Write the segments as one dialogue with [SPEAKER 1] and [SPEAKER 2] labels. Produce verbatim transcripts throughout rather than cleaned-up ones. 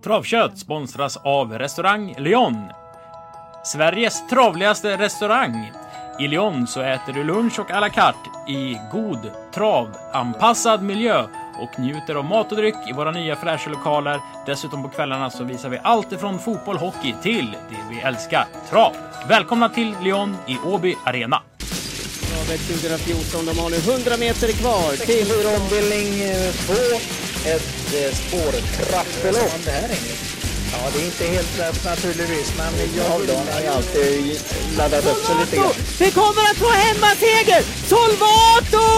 [SPEAKER 1] Travkött sponsras av restaurang Lyon. Sveriges travligaste restaurang. I Lyon så äter du lunch och à la carte i god travanpassad miljö och njuter av mat och dryck i våra nya fräscha lokaler. Dessutom på kvällarna så visar vi allt ifrån fotboll, hockey till det vi älskar, trav. Välkomna till Lyon i Åby Arena.
[SPEAKER 2] tjugo fjorton, de har nu hundra meter kvar till
[SPEAKER 3] ombildning två, ett eh, spårtrappelopp. Det här är inget. Ja, det är inte helt lätt naturligtvis, men jag vill har alltid laddat upp sig lite grann.
[SPEAKER 2] Det kommer att få hemmaseger! Solvato!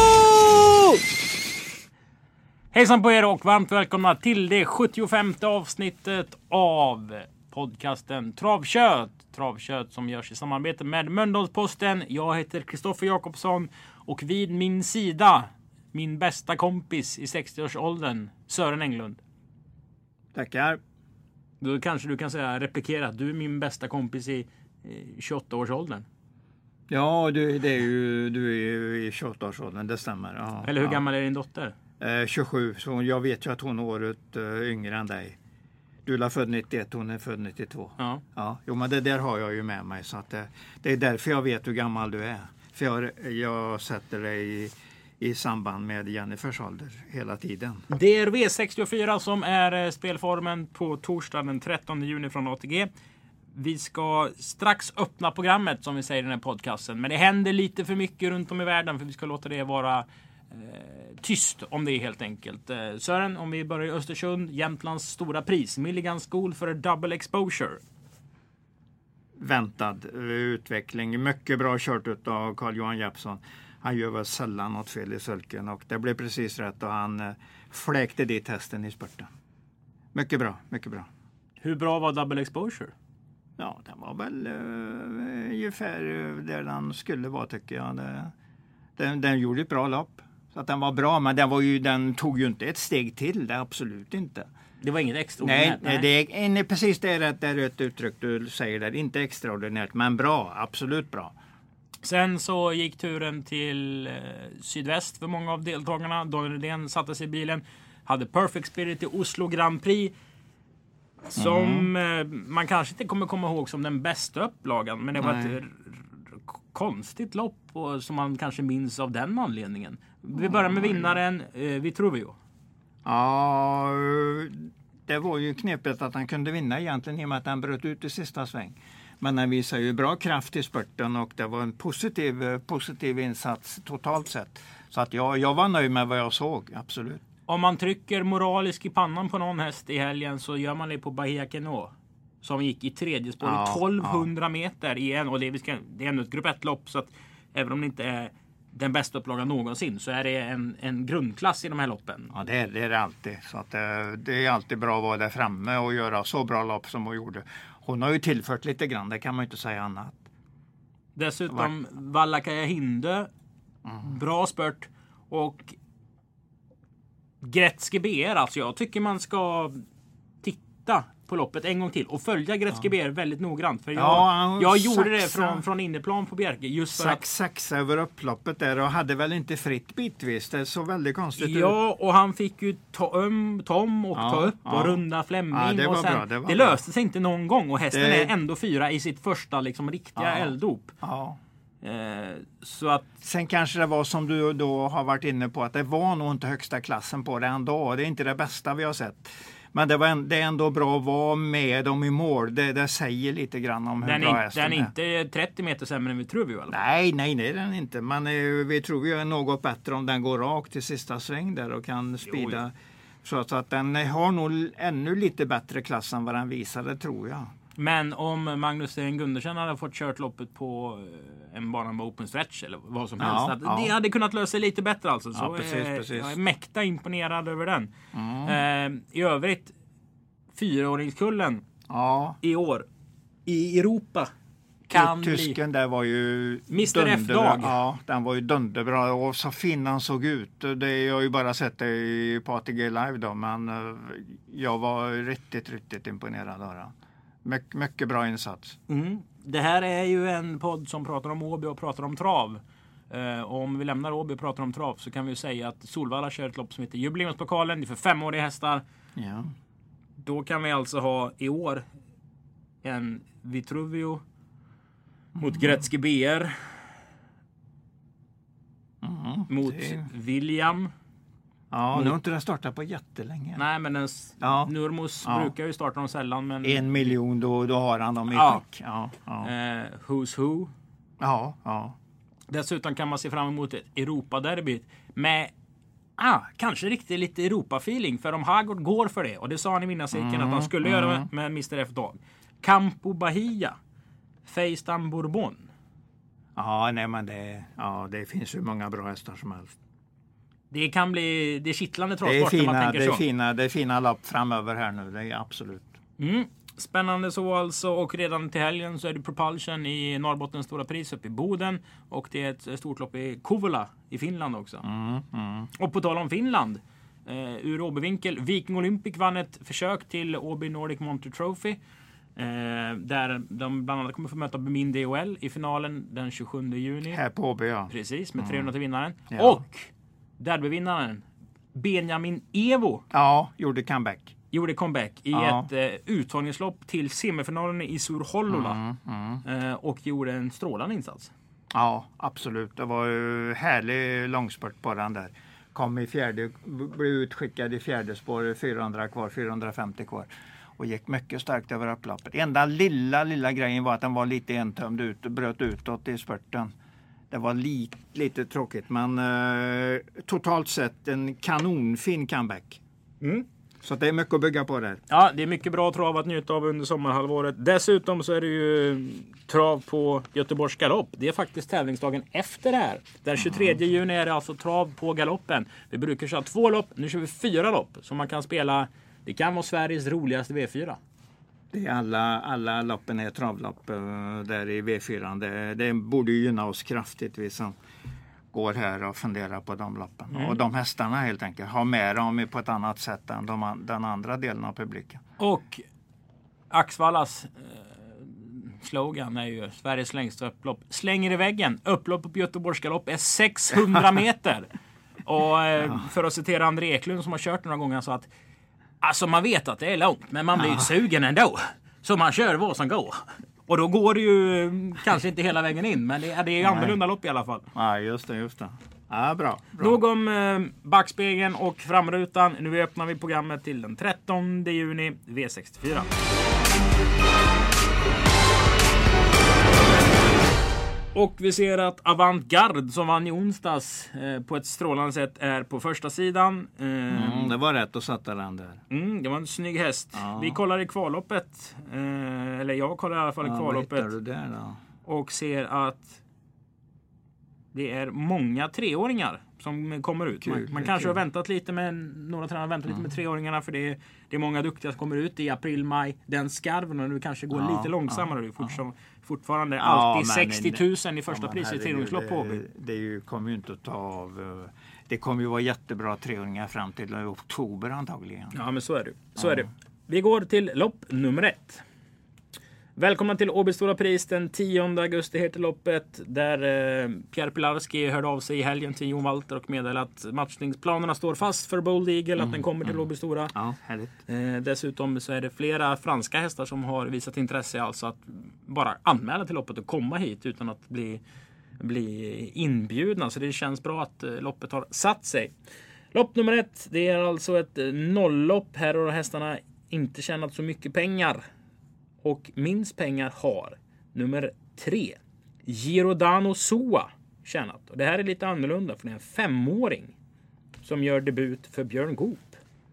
[SPEAKER 1] Hejsan på er och varmt välkomna till det sjuttiofemte avsnittet av podcasten Travkött. Travkött som görs i samarbete med Mölndalsposten. Jag heter Kristoffer Jakobsson och vid min sida min bästa kompis i sextioårsåldern, Sören Englund.
[SPEAKER 4] Tackar.
[SPEAKER 1] Då kanske du kan säga replikera. Du är min bästa kompis i tjugoåttaårsåldern.
[SPEAKER 4] Ja, du, det är ju, du är ju i tjugoåttaårsåldern, det stämmer. Ja,
[SPEAKER 1] Eller hur
[SPEAKER 4] ja.
[SPEAKER 1] gammal är din dotter?
[SPEAKER 4] Eh, tjugosju, så jag vet ju att hon är året uh, yngre än dig. Du är född nittioett, hon är född nittiotvå.
[SPEAKER 1] Ja.
[SPEAKER 4] Ja, jo, men det där har jag ju med mig. Så att det, det är därför jag vet hur gammal du är. För jag, jag sätter dig i, i samband med Jennifers ålder hela tiden.
[SPEAKER 1] Det är V sextiofyra som är spelformen på torsdag den trettonde juni från A T G. Vi ska strax öppna programmet som vi säger i den här podcasten. Men det händer lite för mycket runt om i världen för vi ska låta det vara eh, tyst om det är helt enkelt. Eh, Sören, om vi börjar i Östersund, Jämtlands stora pris. Milligan School för double exposure.
[SPEAKER 4] Väntad utveckling. Mycket bra kört ut av Carl-Johan Jeppsson. Han gör väl sällan något fel i sulken och det blev precis rätt och han eh, fläkte dit hästen i spurten. Mycket bra, mycket bra.
[SPEAKER 1] Hur bra var double exposure?
[SPEAKER 4] Ja, den var väl uh, ungefär där den skulle vara tycker jag. Det, den, den gjorde ett bra lopp. Så att den var bra, men den, var ju, den tog ju inte ett steg till, det absolut inte.
[SPEAKER 1] Det var inget
[SPEAKER 4] Nej,
[SPEAKER 1] extraordinärt.
[SPEAKER 4] nej. Det är nej, precis det är rätt, det är ett uttryck du säger där. Inte extraordinärt, men bra, absolut bra.
[SPEAKER 1] Sen så gick turen till eh, sydväst för många av deltagarna. Daniel Redén satte sig i bilen. Hade Perfect Spirit i Oslo Grand Prix. Som mm. eh, man kanske inte kommer komma ihåg som den bästa upplagan. Men det var Nej. ett r- r- konstigt lopp och, som man kanske minns av den anledningen. Vi börjar med vinnaren eh, Vitruvio.
[SPEAKER 4] Ja, det var ju knepigt att han kunde vinna egentligen i och med att han bröt ut i sista sväng. Men han visade ju bra kraft i spurten och det var en positiv, positiv insats totalt sett. Så att jag, jag var nöjd med vad jag såg, absolut.
[SPEAKER 1] Om man trycker moralisk i pannan på någon häst i helgen så gör man det på Bahia Keno. Som gick i tredje spår
[SPEAKER 4] ja,
[SPEAKER 1] i tolvhundra ja. meter igen. Och det är, ska, det är ändå ett grupp ett-lopp så att även om det inte är den bästa upplagan någonsin så är det en, en grundklass i de här loppen.
[SPEAKER 4] Ja, det är det är alltid. Så att det, det är alltid bra att vara där framme och göra så bra lopp som hon gjorde. Hon har ju tillfört lite grann, det kan man ju inte säga annat.
[SPEAKER 1] Dessutom Vallakaja Hinde, mm. bra spurt och Gretzky B R, alltså jag tycker man ska titta på loppet en gång till och följa Gretzky ja. B R väldigt noggrant för jag, ja, jag gjorde det från, från inneplan på Bjerke just för
[SPEAKER 4] Sax, att sax över upploppet där och hade väl inte fritt bitvis, det så väldigt konstigt
[SPEAKER 1] ja ut. Och han fick ju ta um, Tom och ja, ta upp ja. och runda Fleming ja, det,
[SPEAKER 4] var
[SPEAKER 1] och sen,
[SPEAKER 4] bra, det, var
[SPEAKER 1] det löste sig inte någon gång och hästen
[SPEAKER 4] det...
[SPEAKER 1] är ändå fyra i sitt första liksom riktiga ja. elddop
[SPEAKER 4] ja.
[SPEAKER 1] Eh, så att
[SPEAKER 4] sen kanske det var som du då har varit inne på att det var nog inte högsta klassen på det ändå. Det är inte det bästa vi har sett. Men det, var en, det är ändå bra att vara med dem i mål. Det, det säger lite grann om hur
[SPEAKER 1] den
[SPEAKER 4] bra
[SPEAKER 1] är,
[SPEAKER 4] hästen är.
[SPEAKER 1] Den är inte trettio meter sämre än vi tror vi väl?
[SPEAKER 4] Nej, nej, nej den är inte. Men eh, vi tror ju är något bättre om den går rakt till sista sväng där och kan speeda. Så, så att den har nog ännu lite bättre klass än vad den visade, tror jag.
[SPEAKER 1] Men om Magnus Gundersen hade fått kört loppet på en bana med open stretch eller vad som helst.
[SPEAKER 4] Ja,
[SPEAKER 1] att
[SPEAKER 4] ja.
[SPEAKER 1] Det hade kunnat lösa sig lite bättre alltså. Så
[SPEAKER 4] ja, precis,
[SPEAKER 1] är,
[SPEAKER 4] precis.
[SPEAKER 1] jag är mäkta imponerad över den.
[SPEAKER 4] Mm.
[SPEAKER 1] Eh, I övrigt, fyraåringskullen
[SPEAKER 4] ja.
[SPEAKER 1] i år i Europa kan
[SPEAKER 4] tysken
[SPEAKER 1] bli...
[SPEAKER 4] där var ju
[SPEAKER 1] mister F-dag.
[SPEAKER 4] Ja, den var ju dunderbra och så fin han såg ut. Det jag har ju bara sett det på A T G Live då, men jag var riktigt, riktigt imponerad av den. My, mycket bra insats.
[SPEAKER 1] Mm. Det här är ju en podd som pratar om Åby och pratar om trav. Uh, om vi lämnar Åby och pratar om trav så kan vi säga att Solvalla kör ett lopp som heter Jubileumspokalen. Det är för femåriga hästar.
[SPEAKER 4] Ja.
[SPEAKER 1] då kan vi alltså ha i år en Vitruvio mot Gretzky B R.
[SPEAKER 4] Mm,
[SPEAKER 1] mot
[SPEAKER 4] det...
[SPEAKER 1] William.
[SPEAKER 4] Ja,
[SPEAKER 1] mot...
[SPEAKER 4] nu har inte det startat på jättelänge.
[SPEAKER 1] Nej, men den...
[SPEAKER 4] ja.
[SPEAKER 1] Nurmos ja. brukar ju starta dem sällan. Men...
[SPEAKER 4] En miljon, då, då har han dem i
[SPEAKER 1] ja.
[SPEAKER 4] skick. Ja, ja.
[SPEAKER 1] Eh, who's who.
[SPEAKER 4] Ja, ja.
[SPEAKER 1] Dessutom kan man se fram emot ett Europa-derby med ah, kanske riktigt lite Europa-feeling. För om Hagård går för det, och det sa han i vinnarcirkeln mm, att han skulle mm. göra med, med mister F-dag. Campo Bahia, Feistan Bourbon.
[SPEAKER 4] Ja, nej men det, ja, det finns ju många bra hästar som helst.
[SPEAKER 1] Det kan bli, det är kittlande
[SPEAKER 4] travsport. Det är fina,
[SPEAKER 1] man tänker
[SPEAKER 4] det är
[SPEAKER 1] så.
[SPEAKER 4] fina, det är fina lopp framöver här nu, det är absolut.
[SPEAKER 1] Mm. Spännande så alltså, och redan till helgen så är det Propulsion i Norrbottens stora pris uppe i Boden, och det är ett stort lopp i Kouvola i Finland också.
[SPEAKER 4] Mm, mm.
[SPEAKER 1] Och på tal om Finland, eh, ur Åbyvinkel, Viking Olympic vann ett försök till Åby Nordic Monter Trophy. Eh, där de bland annat kommer få möta Bemin D H L i finalen den tjugosjunde juni.
[SPEAKER 4] Här på Åby, ja.
[SPEAKER 1] Precis, med trehundra till vinnaren.
[SPEAKER 4] Ja.
[SPEAKER 1] Och derbyvinnaren Benjamin Evo.
[SPEAKER 4] Ja, gjorde comeback.
[SPEAKER 1] Gjorde comeback i
[SPEAKER 4] ja.
[SPEAKER 1] ett eh, uttagningslopp till semifinalen i Sur-Hollola.
[SPEAKER 4] Mm, mm.
[SPEAKER 1] Eh, och gjorde en strålande insats.
[SPEAKER 4] Ja, absolut. Det var ju härlig långspurt på den där. Kom i fjärde, blev utskickad i fjärde spår, fyrahundra kvar, fyrahundrafemtio kvar. Och gick mycket starkt över upploppet. Enda lilla, lilla grejen var att den var lite entömd ut och bröt utåt i spurten. Det var lite, lite tråkigt, men eh, totalt sett en kanonfin comeback.
[SPEAKER 1] Mm.
[SPEAKER 4] Så det är mycket att bygga på där.
[SPEAKER 1] Ja, det är mycket bra trav att njuta av under sommarhalvåret. Dessutom så är det ju trav på Göteborgs galopp. Det är faktiskt tävlingsdagen efter det här. Den tjugotredje juni är det alltså trav på galoppen. Vi brukar köra två lopp, nu kör vi fyra lopp. Så man kan spela, det kan vara Sveriges roligaste V fyra.
[SPEAKER 4] Det är alla, alla loppen är travlopp uh, där i V fyra. Det, det borde ju gynna oss kraftigt, vi som går här och funderar på de loppen. Mm. Och de hästarna helt enkelt har med dem på ett annat sätt än de, den andra delen av publiken.
[SPEAKER 1] Och Axvallas eh, slogan är ju Sveriges längsta upplopp. Slänger i väggen. Upploppet på Göteborgs galopp är sexhundra meter. Och eh, ja. för att citera André Eklund som har kört några gånger, så att alltså man vet att det är långt, men man blir ja. sugen ändå. Så man kör vad som går. Och då går det ju kanske inte hela vägen in, men det är, det är ju annorlunda lopp i alla fall.
[SPEAKER 4] Ja, just det, just det. Ja, bra. bra.
[SPEAKER 1] Nog om eh, backspegeln och framrutan. Nu öppnar vi programmet till den trettonde juni, V sextiofyra. Och vi ser att Avantgarde som vann i onsdags eh, på ett strålande sätt är på första sidan. Eh,
[SPEAKER 4] mm, det var rätt att sätta den där.
[SPEAKER 1] Mm, det var en snygg häst.
[SPEAKER 4] Ja.
[SPEAKER 1] Vi kollar i kvalloppet. Eh, eller jag kollar i alla fall i
[SPEAKER 4] ja,
[SPEAKER 1] kvalloppet.
[SPEAKER 4] Vad hittar du där då?
[SPEAKER 1] Och ser att det är många treåringar som kommer ut.
[SPEAKER 4] Kul,
[SPEAKER 1] man man kanske kul. har väntat lite med, några tränare har väntat mm. lite med treåringarna, för det är, det är många duktiga som kommer ut i april, maj. Den skarven och nu kanske går ja, lite långsammare. Ja, fort, ja. Fortfarande ja, alltid sextio tusen i första ja, pris i treåringslopp på.
[SPEAKER 4] Det, det ju, kommer ju inte att ta av. Det kommer ju vara jättebra treåringar fram till oktober antagligen.
[SPEAKER 1] Ja, men så är det. Så ja. är det. Vi går till lopp nummer ett. Välkommen till Åby Stora Pris den tionde augusti heter loppet, där eh, Pierre Pilarski hörde av sig i helgen till Jon Walter och meddelade att matchningsplanerna står fast för Bold Eagle, mm, att den kommer till mm. Åby Stora.
[SPEAKER 4] Ja, härligt.
[SPEAKER 1] Eh, dessutom så är det flera franska hästar som har visat intresse, alltså att bara anmäla till loppet och komma hit utan att bli, bli inbjudna. Så det känns bra att eh, loppet har satt sig. Lopp nummer ett, det är alltså ett nolllopp. Här har hästarna inte tjänat så mycket pengar. Och minst pengar har nummer tre, Girodano Soa, tjänat. Och det här är lite annorlunda, för det är en femåring som gör debut för Björn Goop.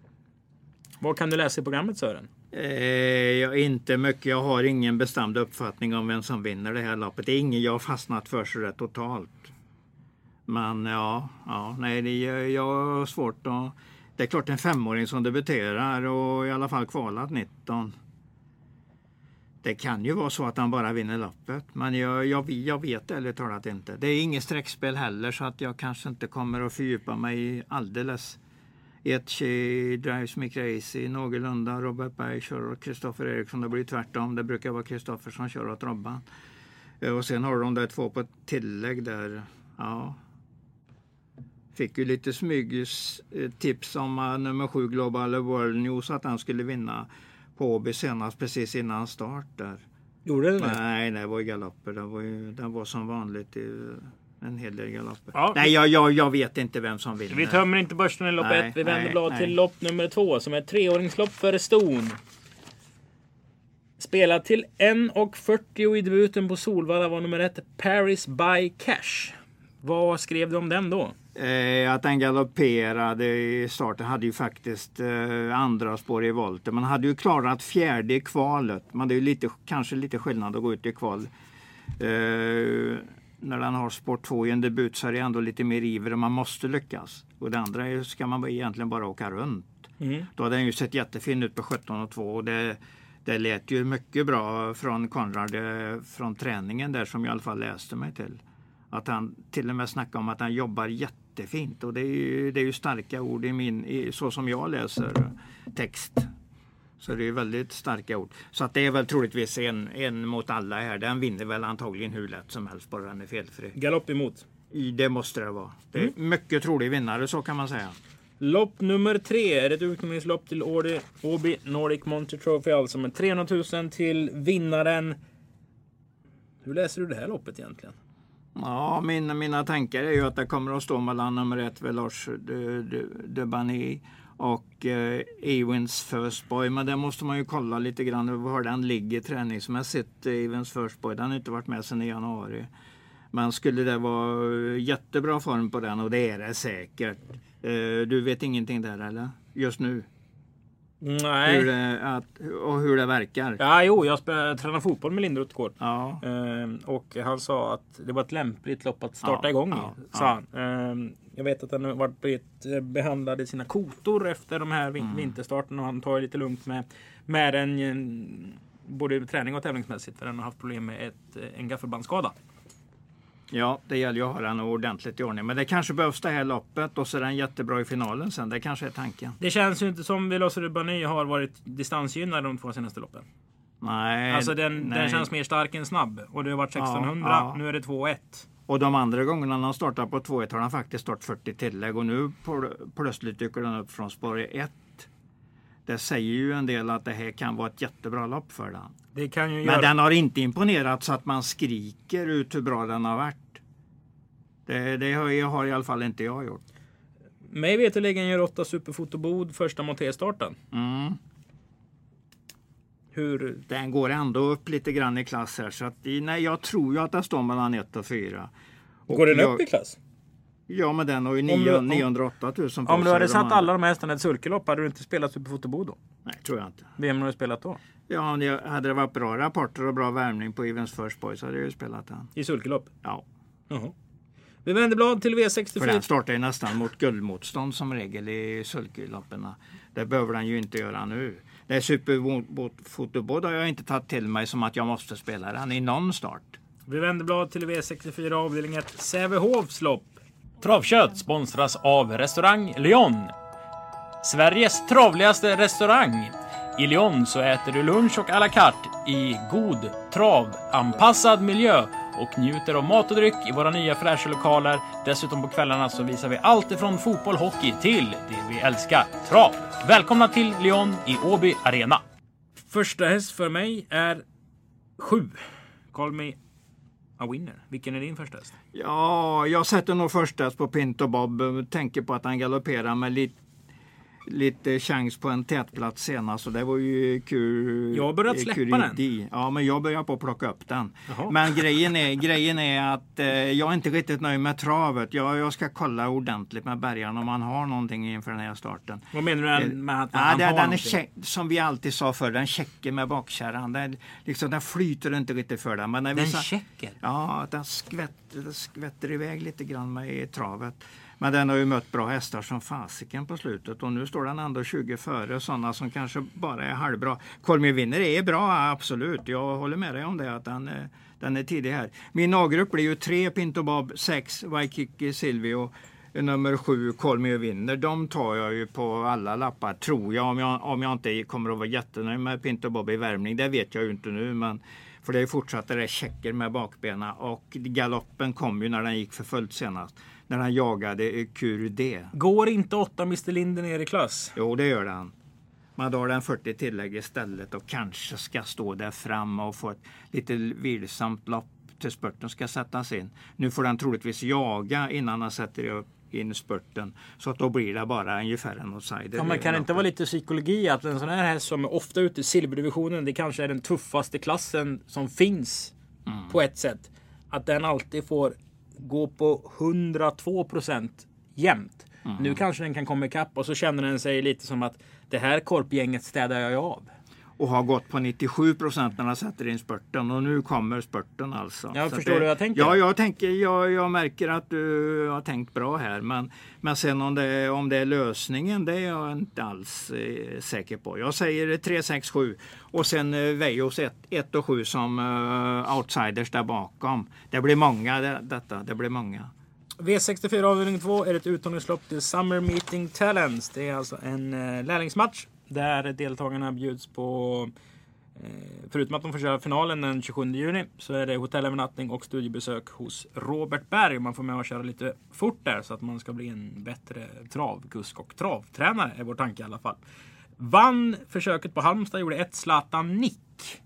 [SPEAKER 1] Vad kan du läsa i programmet, Sören?
[SPEAKER 4] Eh, jag, inte mycket. Jag har ingen bestämd uppfattning om vem som vinner det här loppet. Det är ingen jag har fastnat för så rätt totalt. Men ja, ja nej, det, jag har svårt att... Det är klart en femåring som debuterar och i alla fall kvalat nitton. Det kan ju vara så att han bara vinner loppet. Men jag, jag, jag vet eller talat inte. Det är inget streckspel heller, så att jag kanske inte kommer att fördjupa mig alldeles. Ett tjej drives me crazy, någorlunda. Robert Berg kör och Kristoffer Eriksson. Det blir tvärtom. Det brukar vara Kristoffer som kör åt Robban. Och sen har de där två på tillägg där. Ja. Fick ju lite smygtips om uh, nummer sju Global World News att han skulle vinna på Åby senast precis innan start där.
[SPEAKER 1] Gjorde det?
[SPEAKER 4] Nej, det var ju galopper. Det var, ju, det var som vanligt i, en hel del galopper.
[SPEAKER 1] Ja.
[SPEAKER 4] Nej, jag, jag, jag vet inte vem som vinner.
[SPEAKER 1] Vi tömmer inte börsen i lopp
[SPEAKER 4] Nej,
[SPEAKER 1] ett. Vi vänder
[SPEAKER 4] nej,
[SPEAKER 1] blad
[SPEAKER 4] nej.
[SPEAKER 1] till lopp nummer två som är ett treåringslopp för ston. Spelat till en fyrtio i debuten på Solvalla var nummer ett Paris by Cash. Vad skrev du om den då?
[SPEAKER 4] Eh, att den galopperade i starten hade ju faktiskt eh, andra spår i volten. Man hade ju klarat fjärde i kvalet. Men det är ju lite, kanske lite skillnad att gå ut i kval. Eh, när den har spår två i en debut så är det ändå lite mer iver och man måste lyckas. Och det andra är, ska man egentligen bara åka runt.
[SPEAKER 1] Mm.
[SPEAKER 4] Då hade den ju sett jättefin ut på sjutton och två och det, det lät ju mycket bra från Konrad eh, från träningen där som jag i alla fall läste mig till. Att han till och med snackar om att han jobbar jättefint och det är ju, det är ju starka ord i min, i, så som jag läser text. Så det är väldigt starka ord. Så att det är väl troligtvis en, en mot alla här. Den vinner väl antagligen hur lätt som helst bara den är felfri.
[SPEAKER 1] Galopp emot.
[SPEAKER 4] I, det måste det vara. Det är
[SPEAKER 1] Mm.
[SPEAKER 4] mycket trolig vinnare så kan man säga.
[SPEAKER 1] Lopp nummer tre är ett utkomningslopp till Åby, Åby Nordic Monte Trophy, alltså med trehundratusen till vinnaren. Hur läser du det här loppet egentligen?
[SPEAKER 4] Ja, mina, mina tankar är ju att det kommer att stå mellan nummer ett Veloce de, de, de Bani och eh, Ewins First Boy. Men det måste man ju kolla lite grann var den ligger träningsmässigt. Ewins First Boy, den har inte varit med sedan i januari. Men skulle det vara jättebra form på den och det är det säkert. Eh, du vet ingenting där eller? Just nu?
[SPEAKER 1] Nej.
[SPEAKER 4] Hur det, att, och hur det verkar?
[SPEAKER 1] Ja, jo, jag spelade, tränade fotboll med Lindroth igår.
[SPEAKER 4] Ja.
[SPEAKER 1] Ehm, och han sa att det var ett lämpligt lopp att starta
[SPEAKER 4] Ja,
[SPEAKER 1] igång
[SPEAKER 4] ja,
[SPEAKER 1] i, sa
[SPEAKER 4] ja.
[SPEAKER 1] han. Ehm, jag vet att han har varit blivit eh, behandlad i sina kotor efter de här vin-
[SPEAKER 4] Mm.
[SPEAKER 1] vinterstarten och han tar det lite lugnt med, med den eh, både träning och tävlingsmässigt för han har haft problem med ett, eh, en gaffelbandsskada.
[SPEAKER 4] Ja, det gäller ju att ha den ordentligt i ordning. Men det kanske behövs det här loppet och så är den jättebra i finalen sen. Det kanske är tanken.
[SPEAKER 1] Det känns ju inte som Veloce de Bani har varit distansgynnad de två senaste loppen.
[SPEAKER 4] Nej.
[SPEAKER 1] Alltså den,
[SPEAKER 4] nej.
[SPEAKER 1] den känns mer stark än snabb. Och det har varit sextonhundra,
[SPEAKER 4] Ja, ja.
[SPEAKER 1] nu är det två ett.
[SPEAKER 4] Och de andra gångerna han startar på två ett har han faktiskt startat fyrtio tillägg. Och nu pl- plötsligt dyker den upp från spår ett. Det säger ju en del att det här kan vara ett jättebra lopp för den.
[SPEAKER 1] Det kan ju
[SPEAKER 4] Men
[SPEAKER 1] göra...
[SPEAKER 4] den har inte imponerat så att man skriker ut hur bra den har varit. Det, det har, jag har i alla fall inte jag gjort.
[SPEAKER 1] Mig veterligen gör åtta superfotobod första Monté-starten.
[SPEAKER 4] Mm.
[SPEAKER 1] Hur...
[SPEAKER 4] Den går ändå upp lite grann i klass här. Så att, nej, jag tror ju att det står mellan ett och fyra. Och
[SPEAKER 1] Går den
[SPEAKER 4] jag,
[SPEAKER 1] upp i klass?
[SPEAKER 4] Ja, men den har ju
[SPEAKER 1] Om
[SPEAKER 4] nio,
[SPEAKER 1] du- om-
[SPEAKER 4] niohundraåtta tusen på
[SPEAKER 1] Om du
[SPEAKER 4] sig,
[SPEAKER 1] hade
[SPEAKER 4] de
[SPEAKER 1] satt
[SPEAKER 4] andra.
[SPEAKER 1] alla de hästarna i ett sulkelopp, hade du inte spelat superfotobod då?
[SPEAKER 4] Nej, tror jag inte.
[SPEAKER 1] Vem har du spelat då?
[SPEAKER 4] Ja, om det hade det varit bra rapporter och bra värmning på Evens First Boy så hade jag ju spelat den.
[SPEAKER 1] I sulkelopp?
[SPEAKER 4] Ja,
[SPEAKER 1] Jaha. Vi vänder blad till V
[SPEAKER 4] för
[SPEAKER 1] sextiofyra.
[SPEAKER 4] den startar ju nästan mot guldmotstånd som regel i sulkelopperna. Det behöver den ju inte göra nu. Det är superfotobod har jag inte tagit till mig som att jag måste spela den i någon start.
[SPEAKER 1] Vi vänder blad till V sextiofyra avdelning ett. Sävehofs lopp.
[SPEAKER 2] Travkött sponsras av restaurang Lyon. Sveriges travligaste restaurang. I Lyon så äter du lunch och à la carte i god travanpassad miljö och njuter av mat och dryck i våra nya fräscha lokaler. Dessutom på kvällarna så visar vi allt ifrån fotboll, hockey till det vi älskar, trav. Välkomna till Lyon i Åby Arena.
[SPEAKER 1] Första häst för mig är sju. Call me a winner. Vilken är din första häst?
[SPEAKER 4] Ja, jag sätter nog först på Pinto Bob. Tänker på att han galopperar med lite, lite chans på en tätplats senast. Så det var ju kul.
[SPEAKER 1] Jag har börjat släppa den.
[SPEAKER 4] Ja, men jag börjar på att plocka upp den.
[SPEAKER 1] Jaha.
[SPEAKER 4] Men grejen är, grejen är att eh, jag är inte riktigt nöjd med travet. Jag, jag ska kolla ordentligt med bärgaren om han har någonting inför den här starten.
[SPEAKER 1] Vad menar du med att
[SPEAKER 4] Ja,
[SPEAKER 1] han
[SPEAKER 4] det,
[SPEAKER 1] har
[SPEAKER 4] den är
[SPEAKER 1] någonting?
[SPEAKER 4] check, som vi alltid sa förr, den checker med bakkärran. Den, liksom, den flyter inte riktigt för den. Men när vi
[SPEAKER 1] Den
[SPEAKER 4] sa-
[SPEAKER 1] checker?
[SPEAKER 4] Ja, den skvätter, den skvätter iväg lite grann med travet. Men den har ju mött bra hästar som fasiken på slutet. Och nu står den ändå tjugo före sådana som kanske bara är halvbra. Kolmi vinner är bra, absolut. Jag håller med dig om det, att den, är- den är tidig här. Min A-grupp blir ju tre Pinto Bob, sex Waikiki Silvio, nummer sju Kolmi vinner. De tar jag ju på alla lappar, tror jag. Om jag, om jag inte kommer att vara jättenöjd med Pinto Bob i värmning, det vet jag ju inte nu. Men För det fortsatte det checker med bakbena och galoppen kom ju när den gick för fullt senast. När han jagade Q D.
[SPEAKER 2] Går inte åtta mister Linde ner i klass?
[SPEAKER 4] Jo, det gör den. Man har den fyrtio tillägg istället och kanske ska stå där fram och få ett lite vilsamt lopp till spurten ska sättas in. Nu får den troligtvis jaga innan han sätter upp in spurten. Så att då blir det bara ungefär en outsider.
[SPEAKER 2] Ja, men kan det inte vara lite psykologi att en sån här häst som är ofta ute i silverdivisionen, det kanske är den tuffaste klassen som finns mm. på ett sätt. Att den alltid får gå på hundratvå procent jämnt. Mm. Nu kanske den kan komma ikapp och så känner den sig lite som att det här korpgänget städar jag av.
[SPEAKER 4] Och har gått på nittiosju procent när han sätter in spurten. Och nu kommer spurten alltså.
[SPEAKER 2] Jag
[SPEAKER 4] så
[SPEAKER 2] förstår
[SPEAKER 4] det,
[SPEAKER 2] du vad jag tänker?
[SPEAKER 4] Ja, jag, tänker, jag, jag märker att du har tänkt bra här. Men, men sen om det, om det är lösningen, det är jag inte alls eh, säker på. Jag säger tre, sex, sju. Och sen eh, Vejos ett och sju som eh, outsiders där bakom. Det blir många det, detta. Det blir många.
[SPEAKER 2] V sextiofyra avdelning två är ett uttagningslopp till Summer Meeting Talents. Det är alltså en eh, lärlingsmatch där deltagarna bjuds på, eh, förutom att de får köra finalen den tjugosjunde juni, så är det hotellövernattning och studiebesök hos Robert Berg. Man får med att köra lite fort där så att man ska bli en bättre travkusk och travtränare, är vår tanke i alla fall. Vann försöket på Halmstad, gjorde ett Zlatan Nick.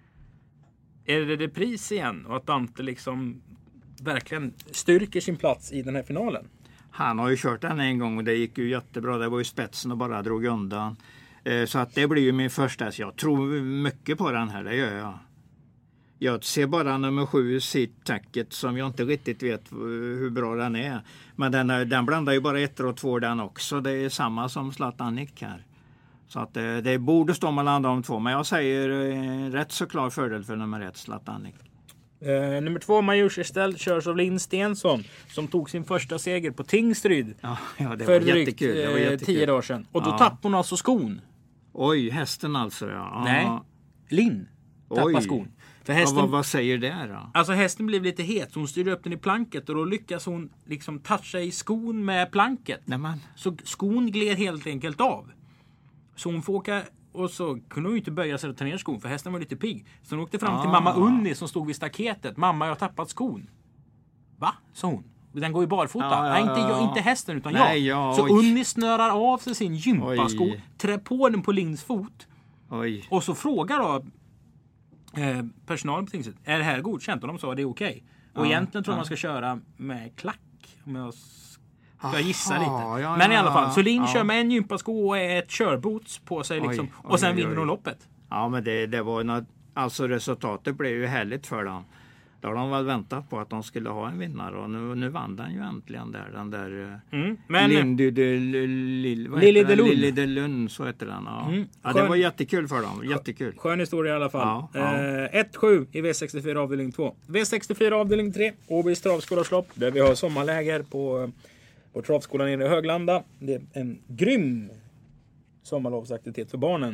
[SPEAKER 2] Är det det pris igen? Och att Dante liksom verkligen styrker sin plats i den här finalen.
[SPEAKER 4] Han har ju kört den en gång och det gick ju jättebra. Det var ju spetsen och bara drog undan. Eh, så att det blir ju min första. Så jag tror mycket på den här, det gör jag. Jag ser bara nummer sju, Seat-tacket, som jag inte riktigt vet hur bra den är. Men den, är, den blandar ju bara ett och två den också. Det är samma som Zlatan Nick här. Så att det, det borde stå mellan de två. Men jag säger eh, rätt så klar fördel för nummer ett, Zlatan Nick.
[SPEAKER 2] Uh, nummer två, Majorställd, körs av Linn Stensson som tog sin första seger på Tingsryd
[SPEAKER 4] ja, ja, det
[SPEAKER 2] för
[SPEAKER 4] var
[SPEAKER 2] drygt
[SPEAKER 4] jättekul. Det var jättekul.
[SPEAKER 2] tio dagar sedan. Och då
[SPEAKER 4] ja.
[SPEAKER 2] tappade hon alltså skon.
[SPEAKER 4] Oj, hästen alltså. Ja.
[SPEAKER 2] Nej, Linn tappade skon. För hästen,
[SPEAKER 4] ja, vad, vad säger det då?
[SPEAKER 2] Alltså hästen blev lite het så hon styrde upp den i planket och då lyckas hon liksom toucha i skon med planket.
[SPEAKER 4] Nämen.
[SPEAKER 2] Så skon gled helt enkelt av. Så hon får åka. Och så kunde hon ju inte böja sig och ta ner skon för hästen var lite pigg. Så hon åkte fram ah. till mamma Unni som stod vid staketet. Mamma, jag har tappat skon. Va? Sa hon. Den går ju barfota.
[SPEAKER 4] Ja, ja,
[SPEAKER 2] Nej, inte, jag, inte hästen utan Nej, jag. Ja, så oj. Unni snörar av sig sin gympasko. Oj. Trär på den på Linns fot.
[SPEAKER 4] Oj.
[SPEAKER 2] Och så frågar då eh, personalen på tingsrätten. Är det här godkänt? Och de sa att det är okej. Okay. Och ja, egentligen tror jag ja. man ska köra med klack. Om jag ska jag gissa lite. Ja, ja, men i alla fall. Så Linn ja. kör med en gympasko och ett körboots på sig. Liksom, oj, och sen oj, vinner hon loppet.
[SPEAKER 4] Ja, men det, det var något, alltså resultatet blev ju härligt för dem. Då har de väl väntat på att de skulle ha en vinnare. Och nu, nu vann den ju äntligen där. Den där
[SPEAKER 2] mm, men,
[SPEAKER 4] Lindy de Lille de Lund. Lille de Lund, så heter den. Ja. Mm, ja, det var jättekul för dem. Jättekul.
[SPEAKER 2] Skön historia i alla fall.
[SPEAKER 4] Ja, ja.
[SPEAKER 2] Eh, ett sju i V sextiofyra avdelning två. V sextiofyra avdelning tre. Åbys travskolaslopp. Där vi har sommarläger på... Och travskolan nere i Höglanda. Det är en grym sommarlovsaktivitet för barnen.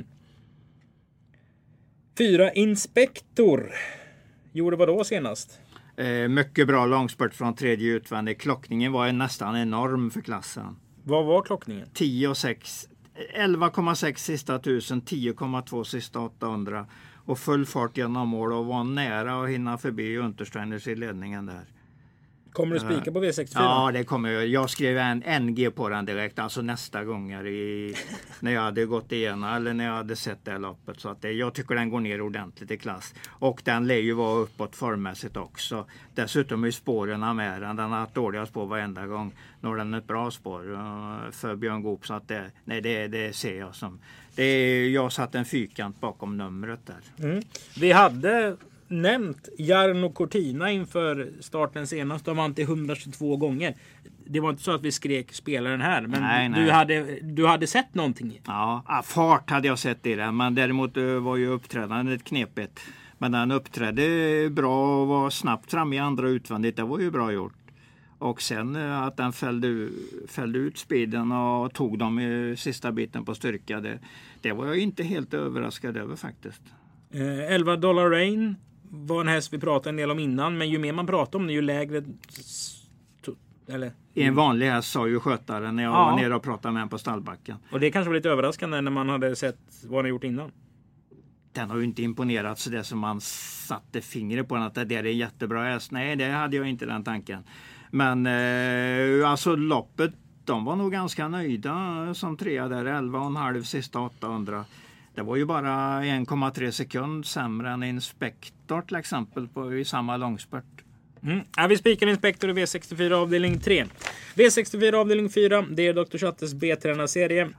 [SPEAKER 2] Fyra Inspektor. Gjorde vad då senast?
[SPEAKER 4] Eh, mycket bra långspurt från tredje utvändig. Klockningen var nästan enorm för klassen.
[SPEAKER 2] Vad var klockningen?
[SPEAKER 4] tio och sex. elva komma sex sista tusen. tio komma två sista åttahundra. Och full fart genom mål och var nära att hinna förbi Untersteiners i ledningen där.
[SPEAKER 2] Kommer du spika på V sextiofyra?
[SPEAKER 4] Ja, det kommer jag. Jag skrev en N G på den direkt. Alltså nästa gång i, när jag hade gått igenom eller när jag hade sett det här loppet. Så att det, jag tycker den går ner ordentligt i klass. Och den lär ju vara uppåt formmässigt också. Dessutom är spåren med den. Den har haft dåliga spår varenda gång. Nu har den ett bra spår för Björn Goop. Så att det, nej, det, det ser jag som... Det är, jag satt en fyrkant bakom numret där.
[SPEAKER 2] Mm. Vi hade... nämnt Jarno Cortina inför starten senast. De vann till hundratjugotvå gånger. Det var inte så att vi skrek spelaren här. Men
[SPEAKER 4] nej, nej.
[SPEAKER 2] Du, hade, du hade sett någonting.
[SPEAKER 4] Ja, fart hade jag sett i det. Men däremot var ju uppträdandet knepigt. Men den uppträdde bra och var snabbt fram i andra utvändigt. Det var ju bra gjort. Och sen att den fällde, fällde ut speeden och tog dem i sista biten på styrka. Det, det var jag inte helt överraskad över faktiskt.
[SPEAKER 2] Eh, elva Dollar Rain var en häst vi pratade en del om innan. Men ju mer man pratar om det, ju lägre... Eller,
[SPEAKER 4] I en vanlig häst sa ju skötaren när jag ja. var nere och pratade med en på stallbacken.
[SPEAKER 2] Och det kanske var lite överraskande när man hade sett vad han gjort innan.
[SPEAKER 4] den har ju inte imponerat så det som man satte fingret på den, att det där är en jättebra häst. Nej, det hade jag inte den tanken. Men eh, alltså loppet, de var nog ganska nöjda som trea där, elva och en halv sista åttahundra. Det var ju bara en komma tre sekund sämre än Inspector till exempel på, i samma långspurt.
[SPEAKER 2] Mm. Ja, vi spikar Inspector i V sextiofyra avdelning tre. V sextiofyra avdelning fyra, det är doktor Chattes B-tränarserie.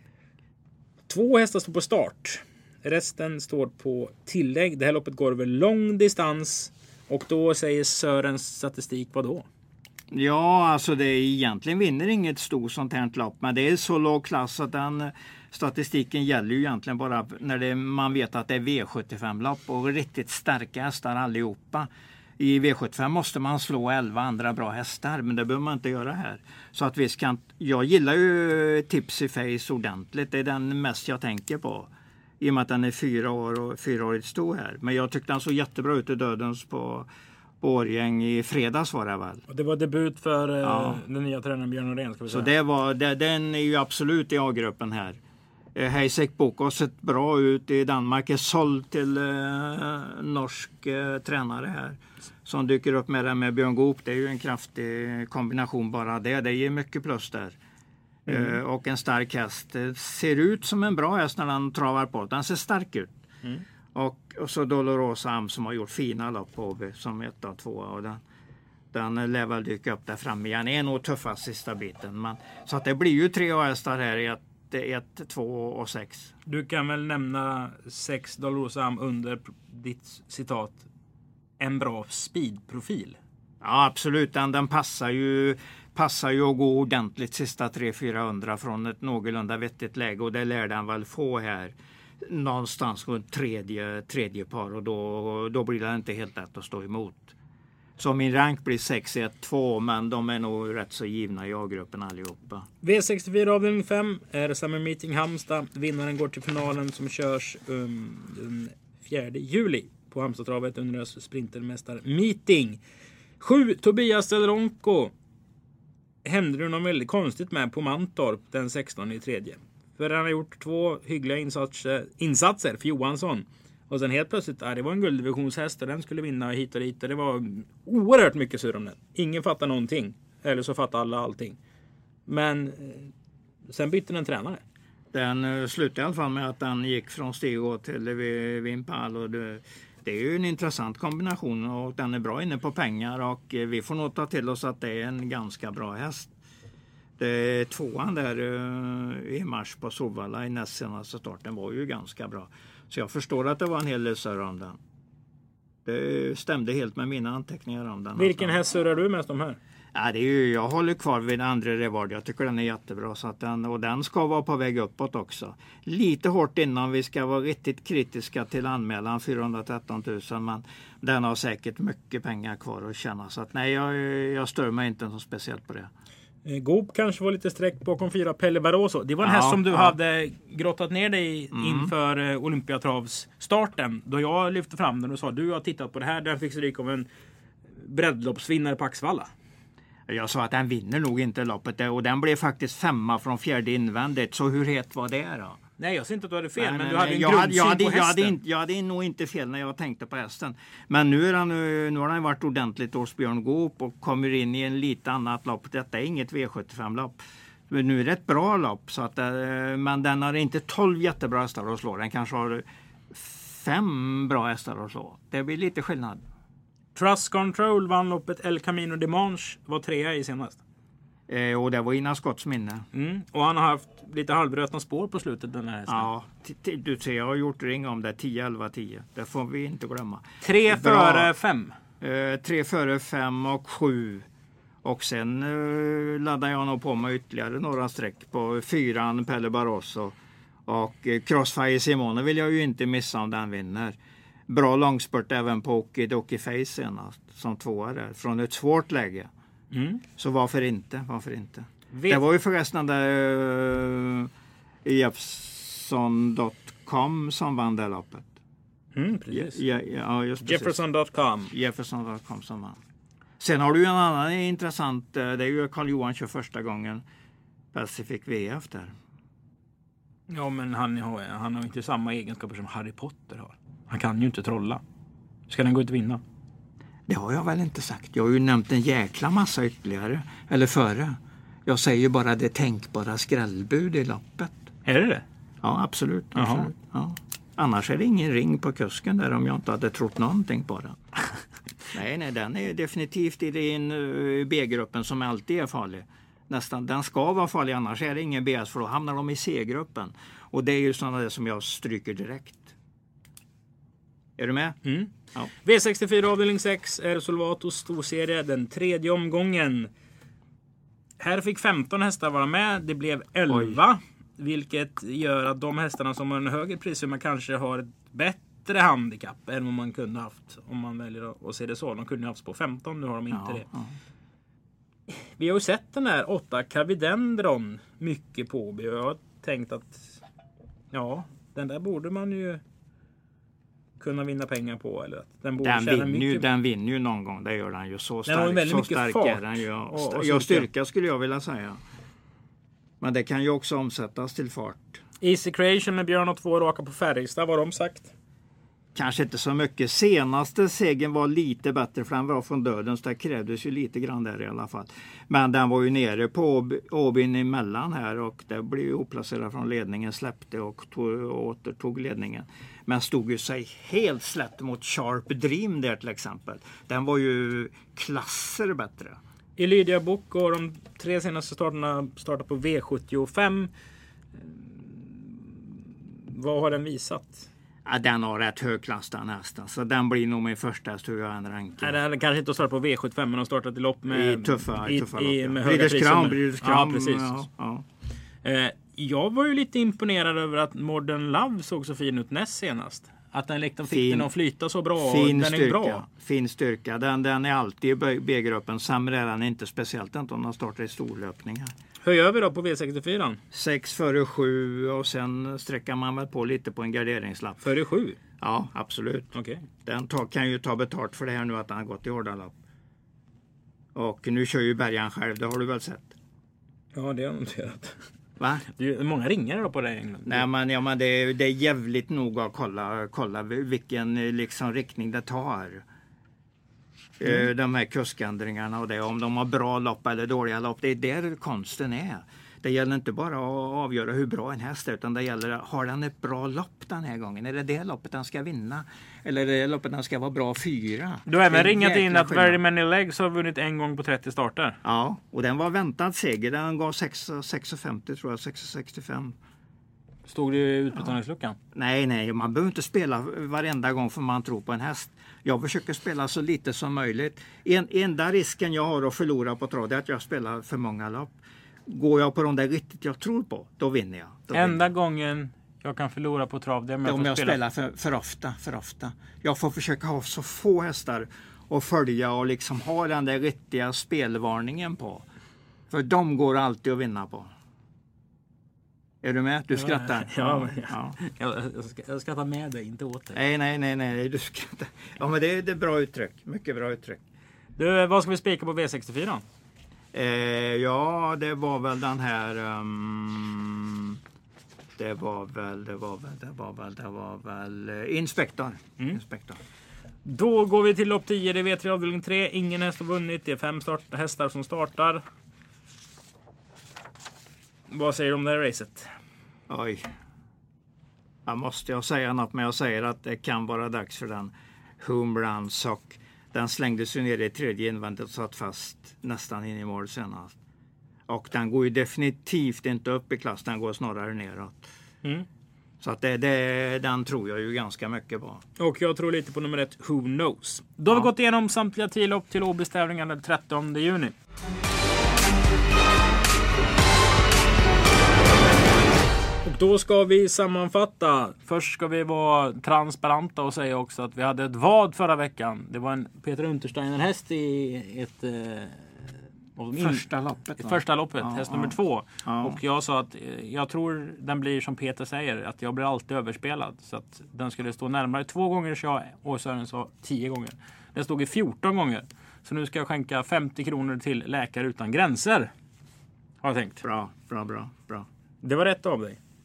[SPEAKER 2] Två hästar står på start. Resten står på tillägg. Det här loppet går över lång distans. Och då säger Sörens statistik vad då?
[SPEAKER 4] Ja, alltså det är egentligen vinner inget stort sånt här lopp. Men det är så låg klass att den statistiken gäller ju egentligen bara när det, man vet att det är V sjuttiofem-lopp. Och riktigt starka hästar allihopa. I V sjuttiofem måste man slå elva andra bra hästar, men det behöver man inte göra här. Så att vi kan, jag gillar ju Tipsy Face ordentligt, det är den mest jag tänker på. I och med att den är fyra år och fyraårigt stor här. Men jag tyckte den såg jättebra ut i Dödens på, på Årgäng i fredags var det väl.
[SPEAKER 2] Och det var debut för
[SPEAKER 4] ja.
[SPEAKER 2] eh, den nya tränaren Björn Norén, ska vi säga.
[SPEAKER 4] Så det var, det, den är ju absolut i A-gruppen här. Heisek Bok har sett bra ut i Danmark, är såld till eh, norsk eh, tränare här som dyker upp med det med Björn Goop. Det är ju en kraftig kombination bara det, det ger mycket plus där. Mm. Eh, och en stark häst, det ser ut som en bra häst när den travar på, den ser stark ut. Mm. och, och så Dolorosa Am som har gjort fina lopp på O B som ett av två och den, den lär väl dyka upp där framme igen, är nog tuffast sista biten. Men, så att det blir ju tre hästar här i ett ett, två och sex.
[SPEAKER 2] Du kan väl nämna sex Dolorosa Am under ditt citat en bra speedprofil?
[SPEAKER 4] Ja, absolut. Den, den passar ju passar ju att gå ordentligt sista tre till fyrahundra från ett någorlunda vettigt läge och det lär den väl få här någonstans runt tredje, tredje par och då, då blir det inte helt lätt att stå emot. Så min rank blir sex ett två, men de är nog rätt så givna i A-gruppen allihopa.
[SPEAKER 2] V sextiofyra avdelning fem är Summer Meeting Halmstad. Vinnaren går till finalen som körs um, den fjärde juli på Halmstadtravet under deras sprintermästar meeting. sju Tobias Delronco hände det något väldigt konstigt med på Mantorp den sextonde i tredje. För han har gjort två hyggliga insatser, insatser för Johansson. Och sen helt plötsligt, ja, det var en gulddivisionshäst och den skulle vinna hit och dit. Och det var oerhört mycket sur om den. Ingen fattar någonting. Eller så fattar alla allting. Men eh, sen bytte den tränare.
[SPEAKER 4] Den uh, slutade i alla fall med att den gick från Stigå till Vimpal. Och det, det är ju en intressant kombination och den är bra inne på pengar. Och uh, vi får nog ta till oss att det är en ganska bra häst. Det är tvåan där uh, i mars på Solvalla i näst senaste starten var ju ganska bra. Så jag förstår att det var en hel del surr om den. Det stämde helt med mina anteckningar om den.
[SPEAKER 2] Vilken häst surrar du mest om här?
[SPEAKER 4] Ja, det är ju, jag håller kvar vid andra Revard. Jag tycker den är jättebra. Så att den, och den ska vara på väg uppåt också. Lite hårt innan vi ska vara riktigt kritiska till anmälan fyrahundratretton tusen. Men den har säkert mycket pengar kvar att tjäna. Så att nej, jag, jag stör mig inte så speciellt på det.
[SPEAKER 2] Goop kanske var lite sträck bakom fyra Pelle Barroso. Det var en
[SPEAKER 4] ja,
[SPEAKER 2] häst som du
[SPEAKER 4] ja.
[SPEAKER 2] hade grottat ner dig
[SPEAKER 4] Mm.
[SPEAKER 2] inför uh, Olympiatravs starten. Då jag lyfte fram den och sa du har tittat på det här. Den fick stryk av en breddloppsvinnare på Axvalla.
[SPEAKER 4] Jag sa att den vinner nog inte loppet. Och den blev faktiskt femma från fjärde invändigt. Så hur het var det då?
[SPEAKER 2] Nej, jag ser inte att du hade fel,
[SPEAKER 4] nej,
[SPEAKER 2] men
[SPEAKER 4] nej,
[SPEAKER 2] du hade en
[SPEAKER 4] jag
[SPEAKER 2] grundsyn
[SPEAKER 4] jag hade,
[SPEAKER 2] på
[SPEAKER 4] jag
[SPEAKER 2] hästen.
[SPEAKER 4] hade, inte, jag hade nog inte fel när jag tänkte på hästen. Men nu, är han, nu har den varit ordentligt hos Björn Goop och kommer in i en lite annat lopp. Detta är inget V sjuttiofem-lopp. Men nu är det ett bra lopp. Så att, men den har inte tolv jättebra hästar att slå. Den kanske har fem bra hästar att slå. Det blir lite skillnad.
[SPEAKER 2] Trust Control vann loppet El Camino de Manche, var trea i senast.
[SPEAKER 4] Eh, och det var innan Scotts minne.
[SPEAKER 2] Mm. Och han har haft lite halvrötna spår på slutet den här hästen.
[SPEAKER 4] Ja, t- t- du ser jag har gjort ring om det. tio elva tio. Det får vi inte glömma.
[SPEAKER 2] Tre före fem.
[SPEAKER 4] Eh, tre före fem och sju. Och sen eh, laddar jag nog på med ytterligare några streck på fyran Pelle Barroso. Och eh, Crossfire Simone vill jag ju inte missa om den vinner. Bra långspurt även på Okidoki Face senast. Som tvåa där. Från ett svårt läge.
[SPEAKER 2] Mm.
[SPEAKER 4] Så varför inte? Varför inte?
[SPEAKER 2] Vet...
[SPEAKER 4] Det var ju förresten där uh, Jefferson punkt com som vann det loppet.
[SPEAKER 2] Mm, precis.
[SPEAKER 4] Ja, ja, just precis.
[SPEAKER 2] Jefferson punkt com.
[SPEAKER 4] Jefferson punkt com som vann. Sen har du ju en annan intressant, det är ju Carl Johan kör första gången Pacific V F där.
[SPEAKER 2] Ja, men han har, han har inte samma egenskaper som Harry Potter har. Han kan ju inte trolla. Ska den gå ut och vinna?
[SPEAKER 4] Det har jag väl inte sagt. Jag har ju nämnt en jäkla massa ytterligare. Eller före. Jag säger bara det tänkbara skrällbud i loppet.
[SPEAKER 2] Är det det?
[SPEAKER 4] Ja, absolut. absolut. Ja. Annars är det ingen ring på kusken där om jag inte hade trott någonting på den. nej, nej, den är definitivt i den B-gruppen som alltid är farlig. Nästan, den ska vara farlig, annars är det ingen B S för då hamnar de i C-gruppen. Och det är ju sådana där som jag stryker direkt. Är du med?
[SPEAKER 2] Mm.
[SPEAKER 4] Ja.
[SPEAKER 2] V sextiofyra avdelning sex är Solvatos storserie, den tredje omgången. Här fick femton hästar vara med, det blev elva. Oj. Vilket gör att de hästarna som har en högre prissumma kanske har ett bättre handikapp än vad man kunde haft. Om man väljer att se det så. De kunde haft på femton, nu har de inte ja, det. Ja. Vi har ju sett den här åtta Cavidendron mycket på. Och jag har tänkt att ja, den där borde man ju kunna vinna pengar på. Eller att den borde
[SPEAKER 4] den,
[SPEAKER 2] tjäna
[SPEAKER 4] vinner
[SPEAKER 2] mycket.
[SPEAKER 4] Ju, den vinner ju någon gång, det gör den ju. Så stark,
[SPEAKER 2] den
[SPEAKER 4] så
[SPEAKER 2] mycket
[SPEAKER 4] stark
[SPEAKER 2] fart
[SPEAKER 4] är den ju.
[SPEAKER 2] Och, och
[SPEAKER 4] jag styrka skulle jag vilja säga. Men det kan ju också omsättas till fart.
[SPEAKER 2] Easy Creation med Björn och två raka på Färjestad, vad har de sagt?
[SPEAKER 4] Kanske inte så mycket. Senaste segern var lite bättre för den var från döden så det krävdes ju lite grann där i alla fall. Men den var ju nere på Åbyn emellan här och det blev ju oplacerad från ledningen, släppte och, tog, och återtog ledningen. Men stod ju sig helt slätt mot Sharp Dream där till exempel. Den var ju klasser bättre.
[SPEAKER 2] I Lydia Book och de tre senaste starterna startar på V sjuttiofem. Vad har den visat?
[SPEAKER 4] Ja, den har rätt hög klass den hästen. Så den blir nog min första hur jag än rankar.
[SPEAKER 2] Nej, den kanske inte startar på V sjuttiofem men de startat i lopp med,
[SPEAKER 4] I tuffa, i tuffa
[SPEAKER 2] i,
[SPEAKER 4] lopp.
[SPEAKER 2] med
[SPEAKER 4] Ja.
[SPEAKER 2] höga
[SPEAKER 4] British Crown,
[SPEAKER 2] priser.
[SPEAKER 4] British Crown.
[SPEAKER 2] Ja, precis.
[SPEAKER 4] Ja, ja.
[SPEAKER 2] Eh, jag var ju lite imponerad över att Modern Love såg så fin ut näst senast. Att den liksom fick
[SPEAKER 4] fin,
[SPEAKER 2] den att flyta så bra.
[SPEAKER 4] Fin
[SPEAKER 2] den
[SPEAKER 4] styrka.
[SPEAKER 2] är bra.
[SPEAKER 4] Fin styrka. Den, den är alltid i B-gruppen. Sämre är den inte, speciellt inte om den startar i storlöpningar.
[SPEAKER 2] Hur gör vi då på V sextiofyra?
[SPEAKER 4] Sex före sju och sen sträcker man väl på lite på en garderingslapp.
[SPEAKER 2] Före sju?
[SPEAKER 4] Ja, absolut.
[SPEAKER 2] Okay.
[SPEAKER 4] Den tar, kan ju ta betalt för det här nu att han har gått i hårda lopp. Och nu kör ju Bergan själv, det har du väl sett?
[SPEAKER 2] Ja, det har jag noterat.
[SPEAKER 4] Va?
[SPEAKER 2] Det är många ringare då på det England.
[SPEAKER 4] Nej, men, ja, men det, är, det är jävligt noga att kolla, kolla vilken liksom, riktning det tar. Mm. De här kuskändringarna och det. Om de har bra lopp eller dåliga lopp. Det är där konsten är. Det gäller inte bara att avgöra hur bra en häst är. Utan det gäller, har den ett bra lopp den här gången? Är det det loppet den ska vinna? Eller är det loppet den ska vara bra fyra?
[SPEAKER 2] Du har även ringat in att Very Many Legs har vunnit en gång på trettio starter.
[SPEAKER 4] Ja, och den var väntad seger. Den gav sex femtio tror jag, sex sextiofem.
[SPEAKER 2] Stod det i utbetalningsluckan?
[SPEAKER 4] Ja. Nej, nej. Man behöver inte spela varenda gång för man tror på en häst. Jag försöker spela så lite som möjligt. En, enda risken jag har att förlora på trav är att jag spelar för många lopp. Går jag på de där riktigt jag tror på, då vinner jag. Då
[SPEAKER 2] enda
[SPEAKER 4] vinner jag.
[SPEAKER 2] gången jag kan förlora på trav det är om jag,
[SPEAKER 4] om jag
[SPEAKER 2] spela.
[SPEAKER 4] spelar för, för ofta, för ofta. Jag får försöka ha så få hästar och följa och liksom ha den där riktiga spelvarningen på. För de går alltid att vinna på. Är du med? Du skrattar.
[SPEAKER 2] Ja, ja, ja. Jag, jag, ska, jag skrattar med dig, inte åt dig.
[SPEAKER 4] Nej, nej, nej, nej, du skrattar. Ja, men det är, det är bra uttryck. Mycket bra uttryck.
[SPEAKER 2] Du, vad ska vi spika på V sextiofyra?
[SPEAKER 4] Eh, ja, det var väl den här... Um, det var väl, det var väl, det var väl, det var väl uh, Inspektor.
[SPEAKER 2] Mm.
[SPEAKER 4] Inspektor.
[SPEAKER 2] Då går vi till lopp tio, det är V tre avdelning tre. Ingen häst har vunnit, det är fem start, hästar som startar. Vad säger du om det här racet?
[SPEAKER 4] Oj. Jag måste jag säga något, men jag säger att det kan vara dags för den. Home Run Sock. Den slängdes ju ner i tredje invändet och satt fast nästan in i mål senast. Och den går ju definitivt inte upp i klass, den går snarare neråt. Mm. Så att det, det, den tror jag ju ganska mycket på.
[SPEAKER 2] Och jag tror lite på nummer ett, Who Knows. Då har ja. vi gått igenom samtliga tio lopp till Åbystävlingen den trettonde juni. Och då ska vi sammanfatta. Först ska vi vara transparenta och säga också att vi hade ett vad förra veckan. Det var en Peter Untersteiner häst i ett... Eh,
[SPEAKER 4] Första loppet.
[SPEAKER 2] Va? Första loppet,
[SPEAKER 4] ja,
[SPEAKER 2] häst
[SPEAKER 4] ja.
[SPEAKER 2] nummer två.
[SPEAKER 4] Ja.
[SPEAKER 2] Och jag sa att jag tror den blir som Peter säger, att jag blir alltid överspelad. Så att den skulle stå närmare två gånger så jag och Sören sa tio gånger. Den stod i fjorton gånger. Så nu ska jag skänka femtio kronor till Läkare utan gränser. Har jag tänkt.
[SPEAKER 4] Bra, bra, bra, bra.
[SPEAKER 2] Det var rätt av dig.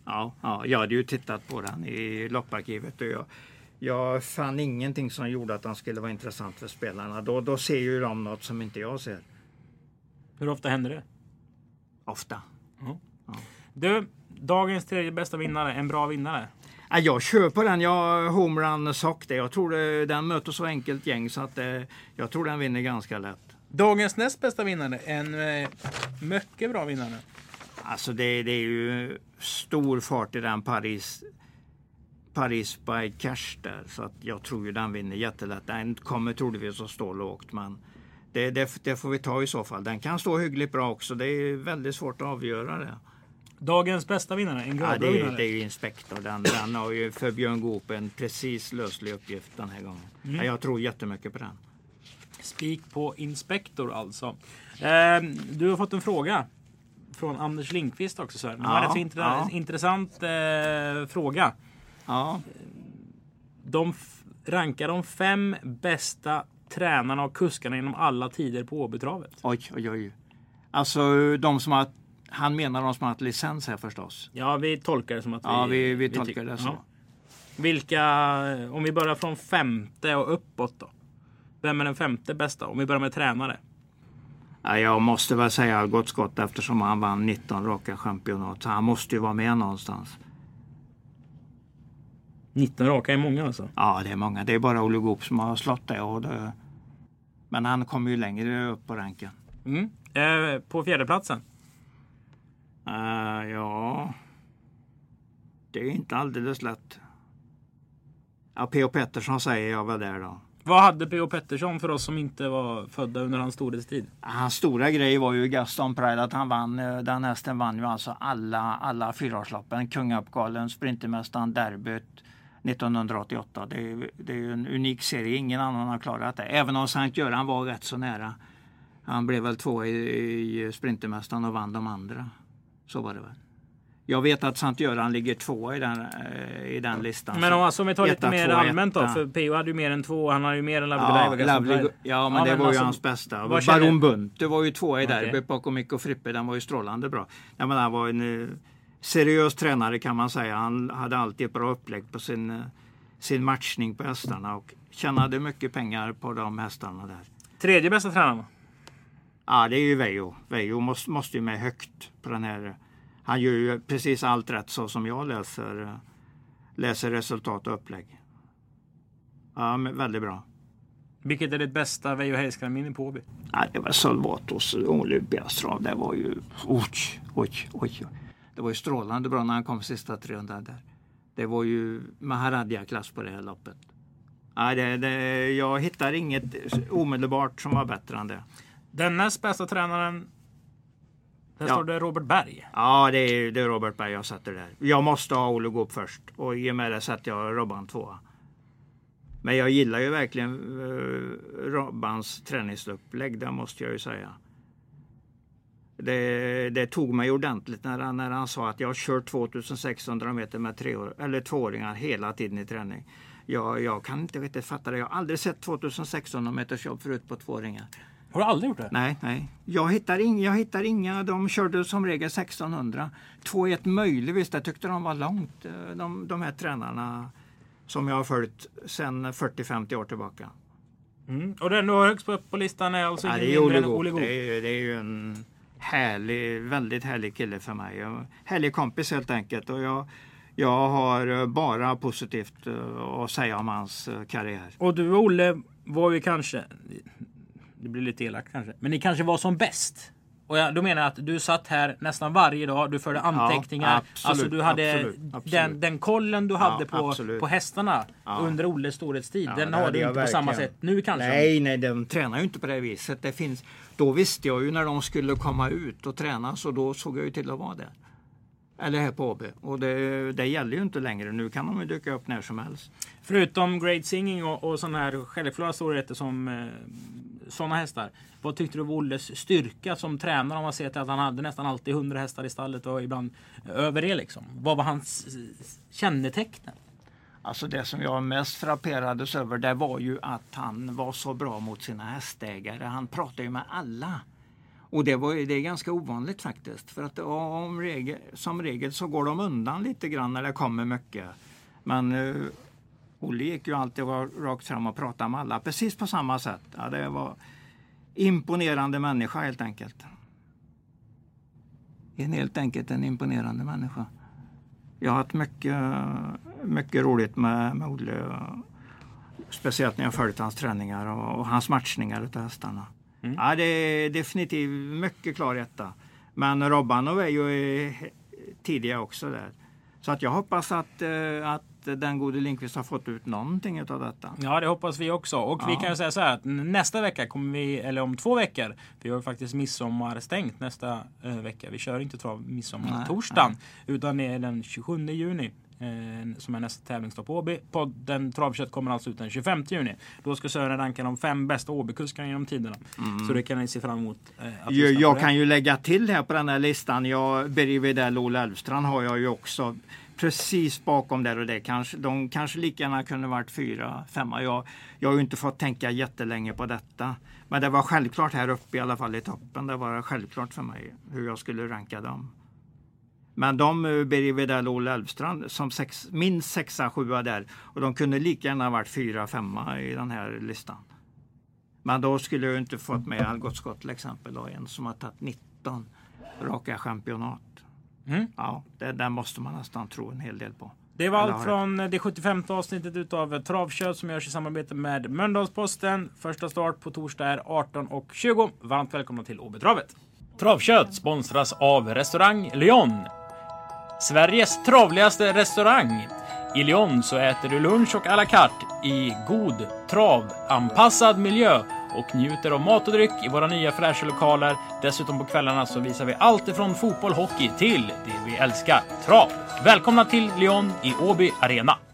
[SPEAKER 4] Ja, ja, jag hade ju tittat på den i lopparkivet och jag, jag fann ingenting som gjorde att den skulle vara intressant för spelarna. Då, då ser ju de något som inte jag ser.
[SPEAKER 1] Hur ofta händer det?
[SPEAKER 4] Ofta.
[SPEAKER 1] Mm. Ja. Du, dagens tredje bästa vinnare, en bra vinnare.
[SPEAKER 4] Ja, jag kör på den. Jag homerun sock det. Jag tror det, den möter så enkelt gäng så att eh, jag tror den vinner ganska lätt.
[SPEAKER 1] Dagens näst bästa vinnare, en eh, mycket bra vinnare.
[SPEAKER 4] Alltså det, det är ju stor fart i den Paris Paris by Cash där. Så att jag tror ju den vinner jättelätt. Den kommer troligtvis att stå lågt, men det, det, det får vi ta i så fall. Den kan stå hyggligt bra också. Det är väldigt svårt att avgöra det.
[SPEAKER 1] Dagens bästa vinnare, en
[SPEAKER 4] ja, det,
[SPEAKER 1] vinnare.
[SPEAKER 4] det är ju Inspector. Den, den har ju för Björn Goop en precis löslig uppgift den här gången. Mm. Ja, jag tror jättemycket på den.
[SPEAKER 1] Spik på Inspector alltså. Eh, du har fått en fråga från Anders Lindqvist också. Så här. Det var
[SPEAKER 4] ja,
[SPEAKER 1] en intre-
[SPEAKER 4] ja.
[SPEAKER 1] intressant eh, fråga.
[SPEAKER 4] Ja.
[SPEAKER 1] De f- rankar de fem bästa tränarna och kuskarna inom alla tider på Åbytravet.
[SPEAKER 4] Oj, oj, oj. Alltså de som har, han menar de som har haft licens här förstås.
[SPEAKER 1] Ja, vi tolkar det som att vi...
[SPEAKER 4] Ja, vi, vi,
[SPEAKER 1] vi
[SPEAKER 4] tolkar
[SPEAKER 1] tycker.
[SPEAKER 4] det så.
[SPEAKER 1] Ja. Vilka, om vi börjar från femte och uppåt då. Vem är den femte bästa? Om vi börjar med tränare.
[SPEAKER 4] Ja, jag måste väl säga Gott Skott eftersom han vann nitton raka championat. Så han måste ju vara med någonstans.
[SPEAKER 1] nitton raka är många alltså?
[SPEAKER 4] Ja, det är många. Det är bara Olle Goop som har slått det. Och det... Men han kommer ju längre upp på ranken.
[SPEAKER 1] Mm. Eh, på fjärdeplatsen?
[SPEAKER 4] Uh, ja... Det är inte alldeles lätt. Ja, P O Pettersson säger jag väl där då.
[SPEAKER 1] Vad hade P O Pettersson för oss som inte var födda under hans storhetstid?
[SPEAKER 4] Hans stora grej var ju Gaston Pride, att han vann, den hästen vann ju alltså alla, alla fyraårsloppen. Kungapokalen, Sprintermästaren, derbyt nittonhundraåttioåtta. Det är, det är ju en unik serie, ingen annan har klarat det. Även om Sankt Göran var rätt så nära. Han blev väl två i, i Sprintermästaren och vann de andra. Så var det väl. Jag vet att Sankt Göran ligger två i den, i den listan.
[SPEAKER 1] Men om, alltså, om vi tar lite mer
[SPEAKER 4] två,
[SPEAKER 1] allmänt då.
[SPEAKER 4] etta.
[SPEAKER 1] För P O hade ju mer än två. Han hade ju mer än Lovely
[SPEAKER 4] Ja,
[SPEAKER 1] Dive.
[SPEAKER 4] Lovely, ja, men
[SPEAKER 1] ja,
[SPEAKER 4] det
[SPEAKER 1] men
[SPEAKER 4] var
[SPEAKER 1] alltså,
[SPEAKER 4] ju hans bästa. Baron
[SPEAKER 1] känner...
[SPEAKER 4] Bunt, det var ju två i
[SPEAKER 1] okay.
[SPEAKER 4] derby bakom Mikko Frippe. Den var ju strålande bra. Jag menar, han var en uh, seriös tränare kan man säga. Han hade alltid ett bra upplägg på sin, uh, sin matchning på hästarna. Och tjänade mycket pengar på de hästarna där.
[SPEAKER 1] Tredje bästa tränaren?
[SPEAKER 4] Ja, det är ju Veijo. Veijo måste, måste ju med högt på den här. Han gör ju precis allt rätt så som jag läser, läser resultat och upplägg. Ja, men väldigt bra.
[SPEAKER 1] Vilket är ditt bästa Veijo Heiskanen-minne på Åby?
[SPEAKER 4] Ja, det var Solvatos Olympiastrav. Det var ju... Oj, oj, oj. Det var ju strålande bra när han kom sista trehundra där. Det var ju Maharadja-klass på det här loppet. Ja, det, det, jag hittar inget omedelbart som var bättre än det.
[SPEAKER 1] Den näst bästa tränaren... Där
[SPEAKER 4] ja.
[SPEAKER 1] står det Robert Berg.
[SPEAKER 4] Ja, det är, det är Robert Berg jag sätter där. Jag måste ha Olle Goop först. Och i och med det sätter jag Robban tvåa. Men jag gillar ju verkligen uh, Robbans träningsupplägg. Det måste jag ju säga. Det, det tog mig ordentligt när han, när han sa att jag har kört tvåtusensexhundra meter med treår, eller tvååringar hela tiden i träning. Jag, jag kan inte riktigt fatta det. Jag har aldrig sett tvåtusensexhundra meters jobb förut på tvååringar.
[SPEAKER 1] Har du aldrig gjort det?
[SPEAKER 4] Nej, nej. Jag hittar, ing, jag hittar inga. De körde som regel sextonhundra. två ett möjligtvis. Det tyckte de var långt. De, de här tränarna som jag har följt sedan fyrtio femtio år tillbaka.
[SPEAKER 1] Mm. Och den du har högst upp på listan är alltså
[SPEAKER 4] ja,
[SPEAKER 1] ingen
[SPEAKER 4] det är
[SPEAKER 1] mindre än
[SPEAKER 4] Olle
[SPEAKER 1] Olle
[SPEAKER 4] Goop.
[SPEAKER 1] Goop.
[SPEAKER 4] Det är, det är ju en härlig, väldigt härlig kille för mig. Härlig kompis helt enkelt. Och jag, jag har bara positivt att säga om hans karriär.
[SPEAKER 1] Och du och Olle var ju kanske... Det blir lite elakt kanske. Men ni kanske var som bäst. Och jag, då menar jag att du satt här nästan varje dag. Du förde anteckningar.
[SPEAKER 4] Ja, absolut,
[SPEAKER 1] alltså du hade
[SPEAKER 4] absolut, absolut.
[SPEAKER 1] Den, den kollen du hade
[SPEAKER 4] ja,
[SPEAKER 1] på, på hästarna
[SPEAKER 4] ja.
[SPEAKER 1] under Olles storhetstid.
[SPEAKER 4] Ja,
[SPEAKER 1] den
[SPEAKER 4] det
[SPEAKER 1] har
[SPEAKER 4] hade
[SPEAKER 1] du
[SPEAKER 4] jag
[SPEAKER 1] inte på
[SPEAKER 4] verkligen.
[SPEAKER 1] samma sätt nu kanske.
[SPEAKER 4] Nej, nej, de tränar ju inte på det viset. Det finns, då visste jag ju när de skulle komma ut och träna. Så då såg jag ju till att vara där. Eller här på A B. Och det, det gäller ju inte längre. Nu kan de ju dyka upp när som helst.
[SPEAKER 1] Förutom Great Singing och, och sådana här självklara storheter som eh, sådana hästar. Vad tyckte du var Olles styrka som tränare? Om man ser till att han hade nästan alltid hundra hästar i stallet och ibland över det liksom. Vad var hans kännetecken?
[SPEAKER 4] Alltså det som jag mest frapperades över det var ju att han var så bra mot sina hästägare. Han pratade ju med alla. Och det, var, det är ganska ovanligt faktiskt. För att om regel, som regel så går de undan lite grann när det kommer mycket. Men uh, Olle gick ju alltid rakt fram och pratade med alla. Precis på samma sätt. Ja, det var imponerande människa helt enkelt. En helt enkelt en imponerande människa. Jag har haft mycket, mycket roligt med, med Olle. Speciellt när jag följt hans träningar och, och hans matchningar utav hästarna. Mm. Ja, det är definitivt mycket klar etta. Men Robbanov är ju tidiga också där. Så att jag hoppas att, att den gode Lindqvist har fått ut någonting av detta.
[SPEAKER 2] Ja, det hoppas vi också. Och ja. Vi kan ju säga så här att nästa vecka kommer vi, eller om två veckor, vi har ju faktiskt midsommar stängt nästa eh, vecka. Vi kör inte trav midsommar nej, torsdagen, nej. Utan det är den tjugosjunde juni. Som är nästa tävlingsdag på Åby. Den travkött kommer alltså ut den tjugofemte juni. Då ska Sören ranka de fem bästa Åby-kuskarna genom tiderna. Mm. Så det kan ni se fram emot. Eh,
[SPEAKER 4] jag jag kan ju lägga till här på den här listan. Jag, bredvid där Lola Elfstrand har jag ju också precis bakom där och det. Kanske, de kanske lika gärna kunde varit fyra, femma. Jag, jag har ju inte fått tänka jättelänge på detta. Men det var självklart här uppe i alla fall i toppen. Det var självklart för mig hur jag skulle ranka dem. Men de bredvid där Lola Elfstrand som sex, minst sexa, sjua där. Och de kunde lika gärna varit fyra, femma i den här listan. Men då skulle jag inte fått med Algot Scott till exempel. Då, en som har tagit nitton raka championat. Mm. Ja, det, där måste man nästan tro en hel del på.
[SPEAKER 2] Det var allt från det sjuttiofemte avsnittet utav Travkött som görs i samarbete med Mölndalsposten. Första start på torsdag är arton och tjugo. Varmt välkomna till Åbytravet.
[SPEAKER 1] Travkött sponsras av restaurang Lyon. Sveriges travligaste restaurang. I Lyon så äter du lunch och à la carte i god travanpassad miljö och njuter av mat och dryck i våra nya fräscha lokaler. Dessutom på kvällarna så visar vi allt ifrån fotboll, hockey till det vi älskar, trav. Välkomna till Lyon i Åby Arena.